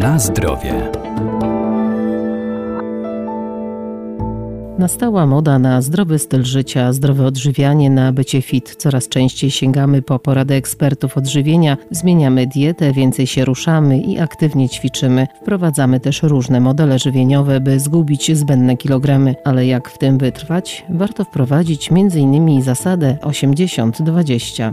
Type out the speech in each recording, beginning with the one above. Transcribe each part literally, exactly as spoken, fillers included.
Na zdrowie. Nastała moda na zdrowy styl życia, zdrowe odżywianie, na bycie fit. Coraz częściej sięgamy po porady ekspertów odżywienia, zmieniamy dietę, więcej się ruszamy i aktywnie ćwiczymy. Wprowadzamy też różne modele żywieniowe, by zgubić zbędne kilogramy. Ale jak w tym wytrwać? Warto wprowadzić między innymi zasadę osiemdziesiąt dwadzieścia.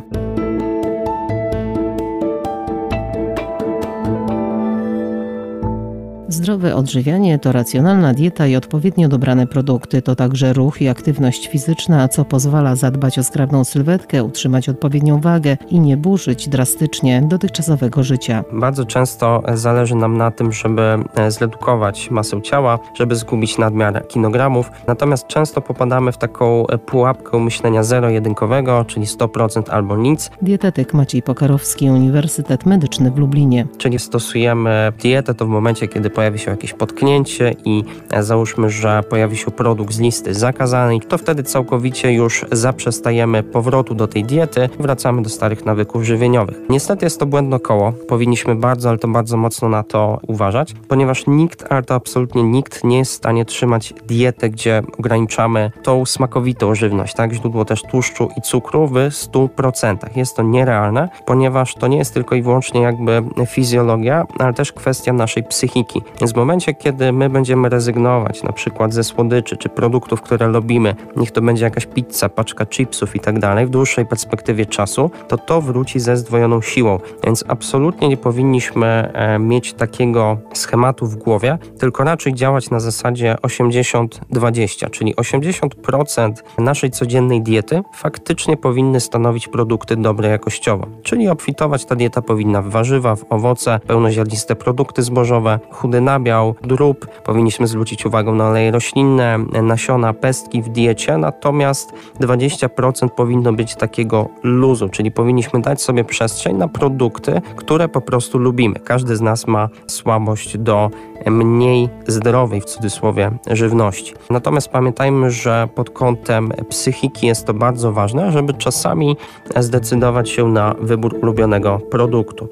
Zdrowe odżywianie to racjonalna dieta i odpowiednio dobrane produkty. To także ruch i aktywność fizyczna, co pozwala zadbać o skrawną sylwetkę, utrzymać odpowiednią wagę i nie burzyć drastycznie dotychczasowego życia. Bardzo często zależy nam na tym, żeby zredukować masę ciała, żeby zgubić nadmiar kilogramów. Natomiast często popadamy w taką pułapkę myślenia zero-jedynkowego, czyli sto procent albo nic. Dietetyk Maciej Pokarowski, Uniwersytet Medyczny w Lublinie. Czyli stosujemy dietę to w momencie, kiedy pojawi się jakieś potknięcie i załóżmy, że pojawi się produkt z listy zakazanej, to wtedy całkowicie już zaprzestajemy powrotu do tej diety, wracamy do starych nawyków żywieniowych. Niestety jest to błędne koło. Powinniśmy bardzo, ale to bardzo mocno na to uważać, ponieważ nikt, ale to absolutnie nikt nie jest w stanie trzymać diety, gdzie ograniczamy tą smakowitą żywność, tak? Źródło też tłuszczu i cukru w stu procentach. Jest to nierealne, ponieważ to nie jest tylko i wyłącznie jakby fizjologia, ale też kwestia naszej psychiki. Więc w momencie, kiedy my będziemy rezygnować na przykład ze słodyczy czy produktów, które lubimy, niech to będzie jakaś pizza, paczka chipsów i tak dalej, w dłuższej perspektywie czasu, to to wróci ze zdwojoną siłą. Więc absolutnie nie powinniśmy e, mieć takiego schematu w głowie, tylko raczej działać na zasadzie osiemdziesiąt dwadzieścia, czyli osiemdziesiąt procent naszej codziennej diety faktycznie powinny stanowić produkty dobre jakościowo. Czyli obfitować ta dieta powinna w warzywa, w owoce, pełnoziarniste produkty zbożowe, chudy nabiał, drób. Powinniśmy zwrócić uwagę na oleje roślinne, nasiona, pestki w diecie, natomiast dwadzieścia procent powinno być takiego luzu, czyli powinniśmy dać sobie przestrzeń na produkty, które po prostu lubimy. Każdy z nas ma słabość do mniej zdrowej, w cudzysłowie, żywności. Natomiast pamiętajmy, że pod kątem psychiki jest to bardzo ważne, żeby czasami zdecydować się na wybór ulubionego produktu.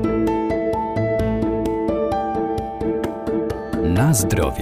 Na zdrowie.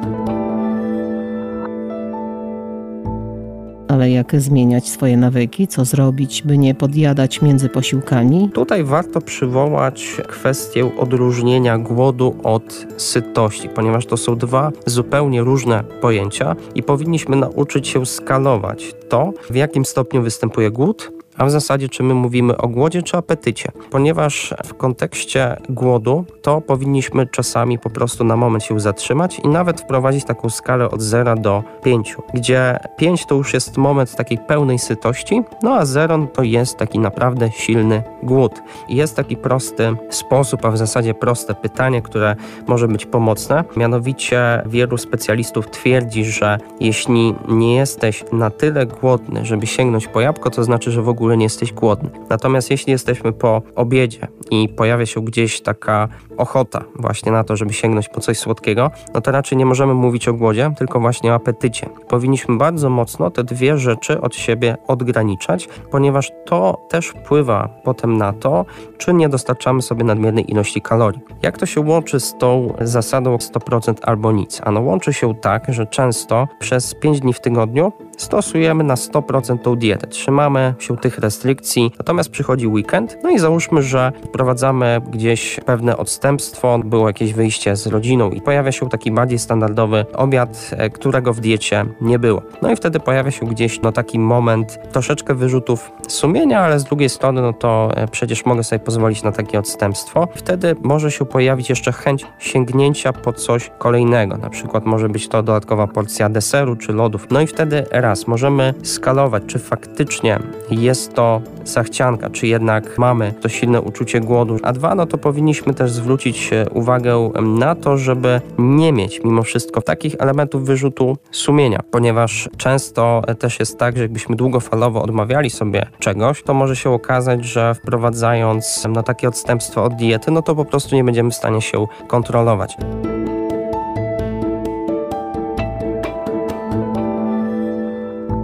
Ale jak zmieniać swoje nawyki? Co zrobić, by nie podjadać między posiłkami? Tutaj warto przywołać kwestię odróżnienia głodu od sytości, ponieważ to są dwa zupełnie różne pojęcia i powinniśmy nauczyć się skalować to, w jakim stopniu występuje głód, a w zasadzie czy my mówimy o głodzie czy apetycie, ponieważ w kontekście głodu to powinniśmy czasami po prostu na moment się zatrzymać i nawet wprowadzić taką skalę od zera do pięciu, gdzie pięć to już jest moment takiej pełnej sytości, no a zero to jest taki naprawdę silny głód. I jest taki prosty sposób, a w zasadzie proste pytanie, które może być pomocne, mianowicie wielu specjalistów twierdzi, że jeśli nie jesteś na tyle głodny, żeby sięgnąć po jabłko, to znaczy, że w ogóle nie jesteś głodny. Natomiast jeśli jesteśmy po obiedzie i pojawia się gdzieś taka ochota właśnie na to, żeby sięgnąć po coś słodkiego, no to raczej nie możemy mówić o głodzie, tylko właśnie o apetycie. Powinniśmy bardzo mocno te dwie rzeczy od siebie odgraniczać, ponieważ to też wpływa potem na to, czy nie dostarczamy sobie nadmiernej ilości kalorii. Jak to się łączy z tą zasadą sto procent albo nic? Ano łączy się tak, że często przez pięć dni w tygodniu stosujemy na sto procent tą dietę. Trzymamy się tych restrykcji, natomiast przychodzi weekend, no i załóżmy, że wprowadzamy gdzieś pewne odstępstwo, było jakieś wyjście z rodziną i pojawia się taki bardziej standardowy obiad, którego w diecie nie było. No i wtedy pojawia się gdzieś no taki moment troszeczkę wyrzutów sumienia, ale z drugiej strony no to przecież mogę sobie pozwolić na takie odstępstwo. Wtedy może się pojawić jeszcze chęć sięgnięcia po coś kolejnego, na przykład może być to dodatkowa porcja deseru czy lodów. No i wtedy raz możemy skalować, czy faktycznie jest to zachcianka, czy jednak mamy to silne uczucie głodu, a dwa, no to powinniśmy też zwrócić uwagę na to, żeby nie mieć mimo wszystko takich elementów wyrzutu sumienia, ponieważ często też jest tak, że jakbyśmy długofalowo odmawiali sobie czegoś, to może się okazać, że wprowadzając no, takie odstępstwo od diety, no to po prostu nie będziemy w stanie się kontrolować. Aby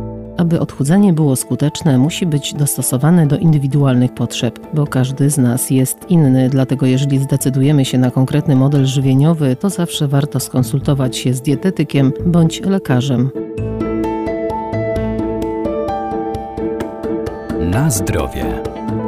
aby odchudzanie było skuteczne, musi być dostosowane do indywidualnych potrzeb, bo każdy z nas jest inny, dlatego jeżeli zdecydujemy się na konkretny model żywieniowy, to zawsze warto skonsultować się z dietetykiem bądź lekarzem. Na zdrowie.